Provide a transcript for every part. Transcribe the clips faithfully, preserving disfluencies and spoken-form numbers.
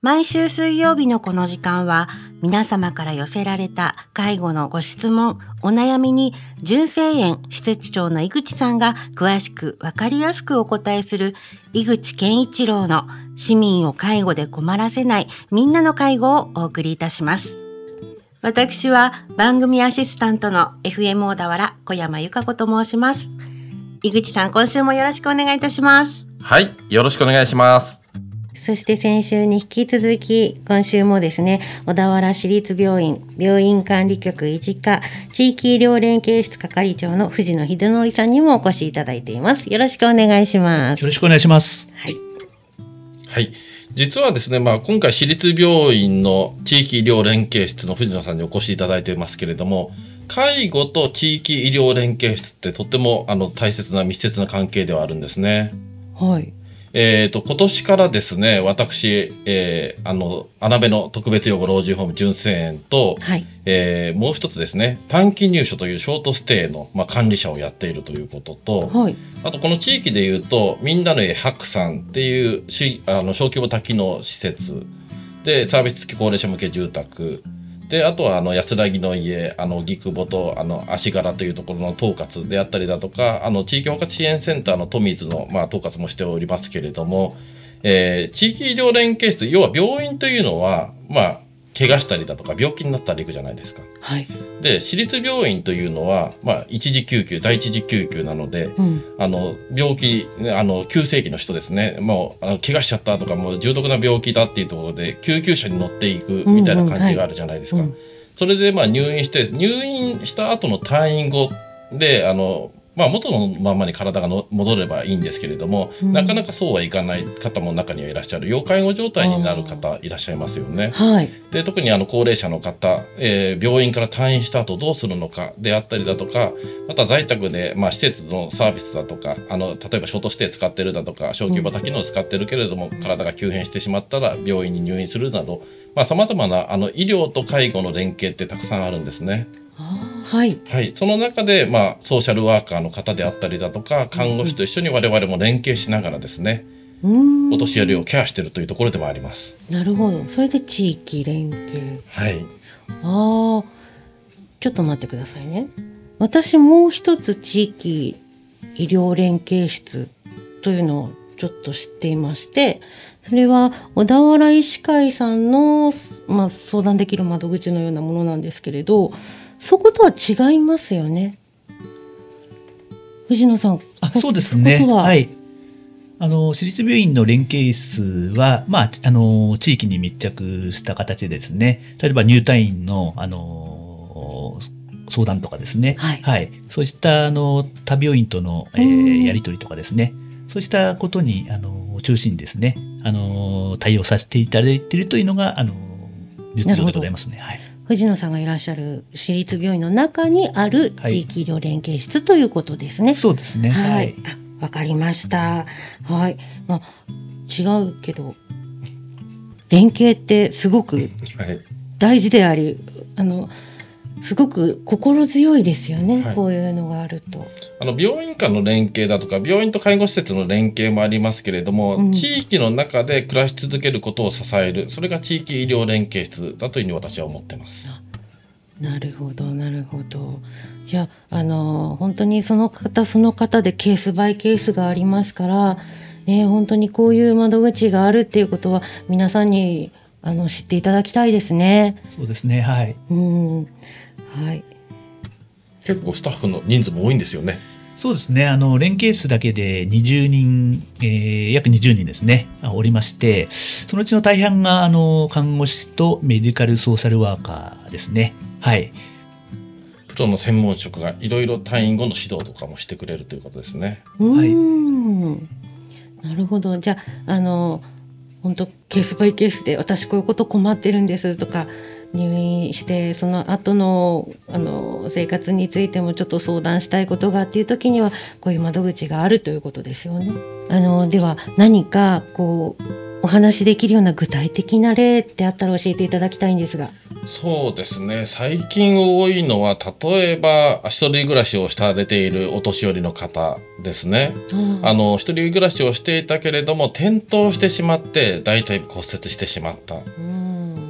毎週水曜日のこの時間は皆様から寄せられた介護のご質問、お悩みに純正園施設長の井口さんが詳しくわかりやすくお答えする井口健一郎の市民を介護で困らせないみんなの介護をお送りいたします。私は番組アシスタントの エフエム 大田原小山由香子と申します。井口さん、今週もよろしくお願いいたします。 はい、よろしくお願いします。 そして先週に引き続き今週もですね、小田原市立病院病院管理局医事課地域医療連携室係長の藤野秀則さんにもお越しいただいています。よろしくお願いします。 よろしくお願いします。 はい、 はい、実はですね、まあ、今回市立病院の地域医療連携室の藤野さんにお越しいただいていますけれども、介護と地域医療連携室ってとってもあの大切な密接な関係ではあるんですね。 はい。 えーと、今年からですね、私、えー、あの、穴部の特別養護老人ホーム純正園と、 はい、 えー、もう一つですね、短期入所というショートステイの、まあ、管理者をやっているということと、 はい、 あとこの地域でいうと、みんなの家白さんっていうしあの小規模多機能施設で、サービス付き高齢者向け住宅、で、あとはあの安らぎの家、あの荻窪とあの足柄というところの統括であったりだとか、あの地域包括支援センターの富水の、まあ、統括もしておりますけれども、えー、地域医療連携室、要は病院というのは、まあ、怪我したりだとか病気になったら行くじゃないですか。 はい、で市立病院というのは、まあ、一時救急第一次救急なので、うん、あの病気あの急性期の人ですね、もうあの怪我しちゃったとかもう重篤な病気だっていうところで救急車に乗っていくみたいな感じがあるじゃないですか。うんうんはいうん、それでまあ入院して入院した後の退院後であのまあ、元のままに体がの戻ればいいんですけれども、うん、なかなかそうはいかない方も中にはいらっしゃる。要介護状態になる方いらっしゃいますよね。 はい、で特にあの高齢者の方、えー、病院から退院した後どうするのかであったりだとか、また在宅で、まあ、施設のサービスだとか、あの例えばショートステイ使ってるだとか小規模多機能使ってるけれども、うん、体が急変してしまったら病院に入院するなど、さまざ、まなあの医療と介護の連携ってたくさんあるんですね。 はいはい、その中で、まあ、ソーシャルワーカーの方であったりだとか看護師と一緒に我々も連携しながらですね、うん、お年寄りをケアしているというところでもあります。 なるほど。それで地域連携。 はい。 ああ、ちょっと待ってくださいね。私もう一つ地域医療連携室というのをちょっと知っていまして、それは小田原医師会さんの、まあ、相談できる窓口のようなものなんですけれど、そことは違いますよね。藤野さん。 あ、そうですね。は、はい、あの市立病院の連携室は、まあ、あの地域に密着した形でですね、例えば入退院のあの相談とかですね、はいはい、そうしたあの他病院との、えー、やり取りとかですね、そうしたことにあの中心にですね、あの対応させていただいているというのがあの実情でございますね。はい、 藤野さんがいらっしゃる市立病院の中にある地域医療連携室ということですね。はい、 そうですね。はい。 わかりました。はい。まあ、違うけど連携ってすごく大事であり、あのすごく心強いですよね。はい、こういうのがあると。 あの病院間の連携だとか病院と介護施設の連携もありますけれども、うん、地域の中で暮らし続けることを支える、それが地域医療連携室だというふうに私は思ってます。 なるほどなるほど。いや、あの本当にその方その方でケースバイケースがありますから、ね、本当にこういう窓口があるっていうことは皆さんにあの知っていただきたいですね。 そうですね。はい。 うん、はい。 結構スタッフの人数も多いんですよね。 そうですね。あの連携室だけでにじゅうにん、えー、約にじゅうにんですねおりまして、そのうちの大半があの看護師とメディカルソーシャルワーカーですね。はい。 プロの専門職がいろいろ退院後の指導とかもしてくれるということですね。 はい。なるほど。じゃあ、あの本当ケースバイケースで私こういうこと困ってるんですとか、入院してその後のあの生活についてもちょっと相談したいことがっていう時にはこういう窓口があるということですよね。あのでは何かこうお話しできるような具体的な例ってあったら教えていただきたいんですが。 そうですね。最近多いのは、例えば、一人暮らしをされているお年寄りの方ですね。うん、あの、一人暮らしをしていたけれども、転倒してしまって、大腿部骨折してしまった。うん、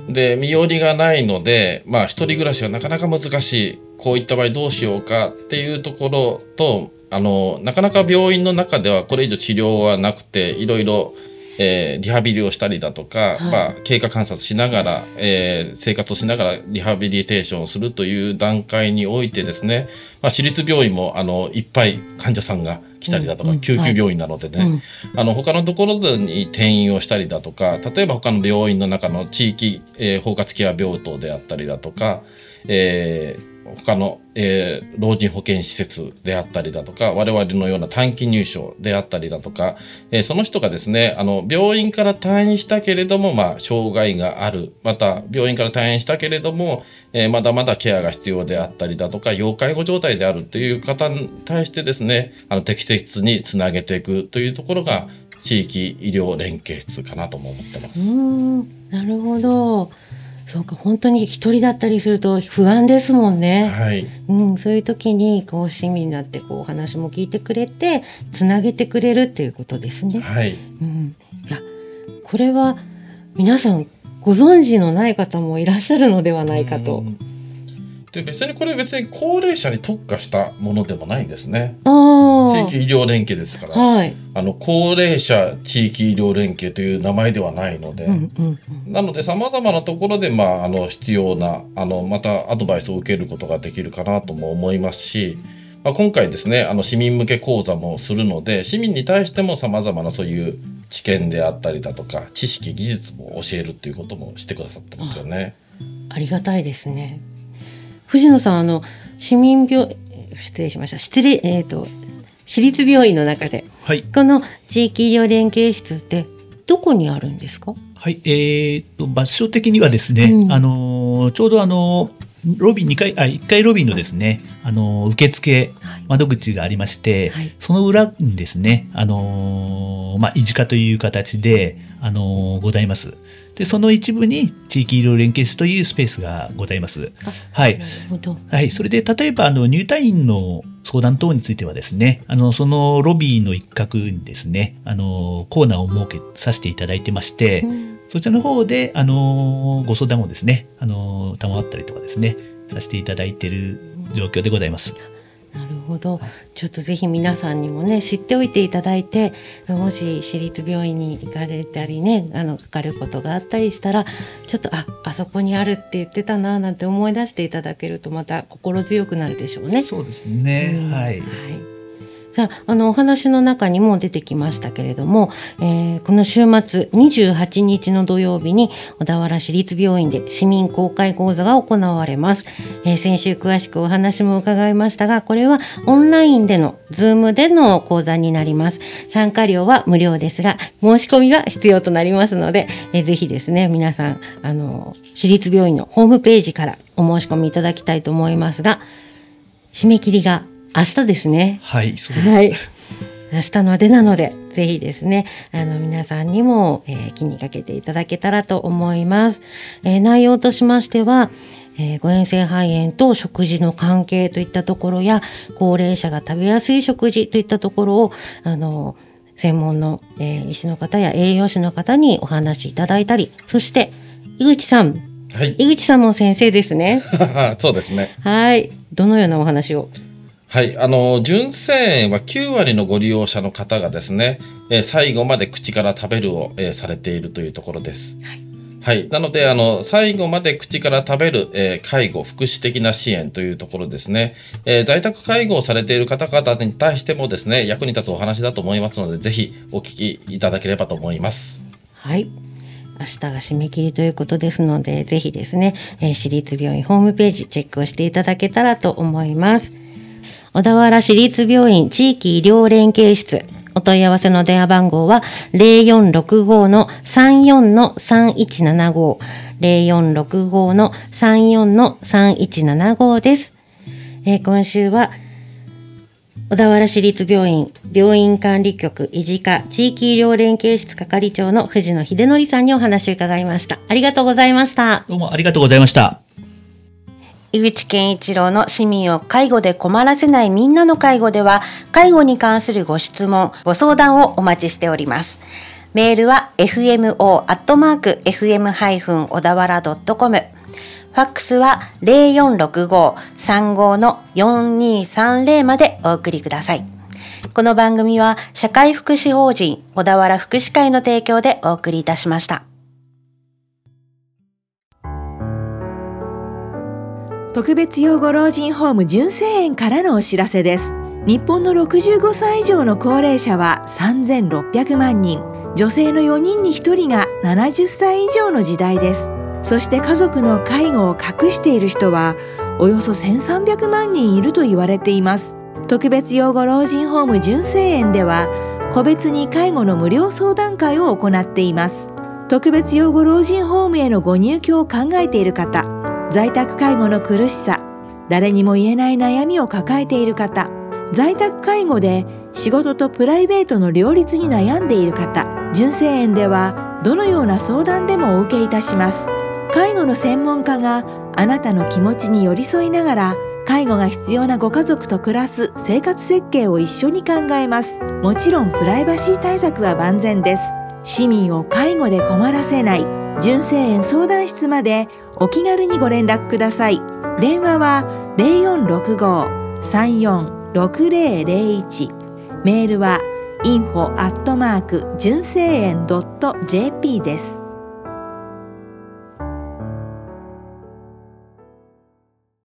で、身寄りがないので、まあ、一人暮らしはなかなか難しい。こういった場合どうしようかっていうところと、あの、なかなか病院の中ではこれ以上治療はなくて、いろいろえー、リハビリをしたりだとか、はい、まあ、経過観察しながら、えー、生活をしながらリハビリテーションをするという段階においてですね、まあ、私立病院もあのいっぱい患者さんが来たりだとか、うんうん、救急病院なのでね、はい、あの他のところに転院をしたりだとか、例えば他の病院の中の地域、えー、包括ケア病棟であったりだとか、えー他の、えー、老人保健施設であったりだとか、我々のような短期入所であったりだとか、えー、その人がですね、あの、病院から退院したけれども、まあ、障害がある。また、病院から退院したけれども、えー、まだまだケアが必要であったりだとか、要介護状態であるという方に対してですね、あの、適切につなげていくというところが、地域医療連携室かなとも思ってます。 うーん、なるほど。そうか、本当に一人だったりすると不安ですもんね。 はい。 うん、そういう時にこう親身になってこうお話も聞いてくれてつなげてくれるっていうことですね。 はい。 うん、いや、これは皆さんご存知のない方もいらっしゃるのではないかと。 で、別にこれ別に高齢者に特化したものでもないんですね。 あ、 地域医療連携ですから、はい、あの高齢者地域医療連携という名前ではないので、うんうんうん、なので様々なところで、まあ、あの必要なあのまたアドバイスを受けることができるかなとも思いますし、まあ、今回ですね、あの市民向け講座もするので、市民に対しても様々なそういう知見であったりだとか知識技術も教えるっていうこともしてくださってますよね。 あ、ありがたいですね。藤野さん、あの市民病失礼しました失礼、えーと、私立病院の中で、はい、この地域医療連携室ってどこにあるんですか？ はい、えーと、場所的にはですね、うん、あのちょうどあのロビーにかい、あ、いっかいロビーのですね、あの受付窓口がありまして、はい、その裏にですね、あのまあ、維持課という形で、あのございます。で、その一部に地域医療連携室というスペースがございます。はい。はい。それで、例えば、あの、入退院の相談等についてはですね、あの、そのロビーの一角にですね、あの、コーナーを設けさせていただいてまして、うん、そちらの方で、あの、ご相談をですね、あの、賜ったりとかですね、させていただいている状況でございます。 なるほど。ちょっとぜひ皆さんにもね知っておいていただいて、もし私立病院に行かれたりね、あのかかることがあったりしたら、ちょっとああそこにあるって言ってたななんて思い出していただけるとまた心強くなるでしょうね。 そうですね、うん、はい、はい。 さあ、あのお話の中にも出てきましたけれども、えー、この週末にじゅうはちにちの土曜日に小田原市立病院で市民公開講座が行われます。えー、先週詳しくお話も伺いましたが、これはオンラインでのズームでの講座になります。参加料は無料ですが申し込みは必要となりますので、えー、ぜひですね皆さんあの市立病院のホームページからお申し込みいただきたいと思いますが、締め切りが明日ですね。 はい、そうです。 はい、明日までなので、ぜひですね、あの皆さんにも、えー、気にかけていただけたらと思います。えー、内容としましては、えー、誤嚥性肺炎と食事の関係といったところや、高齢者が食べやすい食事といったところを、あの専門の、えー、医師の方や栄養士の方にお話しいただいたり、そして井口さん、はい、井口さんも先生ですね。 そうですね。 はい、どのようなお話を？ はい。あの、純正はきゅうわりのご利用者の方がですね、えー、最後まで口から食べるを、えー、されているというところです。はい。はい。なので、あの、最後まで口から食べる、えー、介護、福祉的な支援というところですね。えー、在宅介護をされている方々に対してもですね、役に立つお話だと思いますので、ぜひお聞きいただければと思います。 はい。明日が締め切りということですので、ぜひですね、えー、市立病院ホームページチェックをしていただけたらと思います。小田原市立病院地域医療連携室、お問い合わせの電話番号は ゼロよんろくご の さんよん の さんいちななご ゼロよんろくご の さんよん の さんいちななごです。えー、今週は小田原市立病院病院管理局医事課地域医療連携室係長の藤野秀則さんにお話を伺いました。ありがとうございました。 どうもありがとうございました。 井口健一郎の市民を介護で困らせないみんなの介護では、介護に関するご質問、ご相談をお待ちしております。メールは エフエムオー アットマーク エフエム 小田原 ドットコム。ファックスは ゼロよんろくご さんご のよんにさんゼロまでお送りください。この番組は社会福祉法人小田原福祉会の提供でお送りいたしました。 特別養護老人ホーム純正園からのお知らせです。日本のろくじゅうごさい以上の高齢者はさんぜんろっぴゃくまんにん、女性のよにんにひとりがななじゅっさい以上の時代です。そして家族の介護を隠している人はおよそせんさんびゃくまんにんいると言われています。特別養護老人ホーム純正園では個別に介護の無料相談会を行っています。特別養護老人ホームへのご入居を考えている方、在宅介護の苦しさ、誰にも言えない悩みを抱えている方、在宅介護で仕事とプライベートの両立に悩んでいる方、純正園ではどのような相談でもお受けいたします。介護の専門家があなたの気持ちに寄り添いながら、介護が必要なご家族と暮らす生活設計を一緒に考えます。もちろんプライバシー対策は万全です。市民を介護で困らせない純正園相談室までお気軽にご連絡ください。電話は ゼロよんろくご さんよんろくゼロゼロいち、メールは インフォ アットマーク 純正園 ドット ジェーピー です。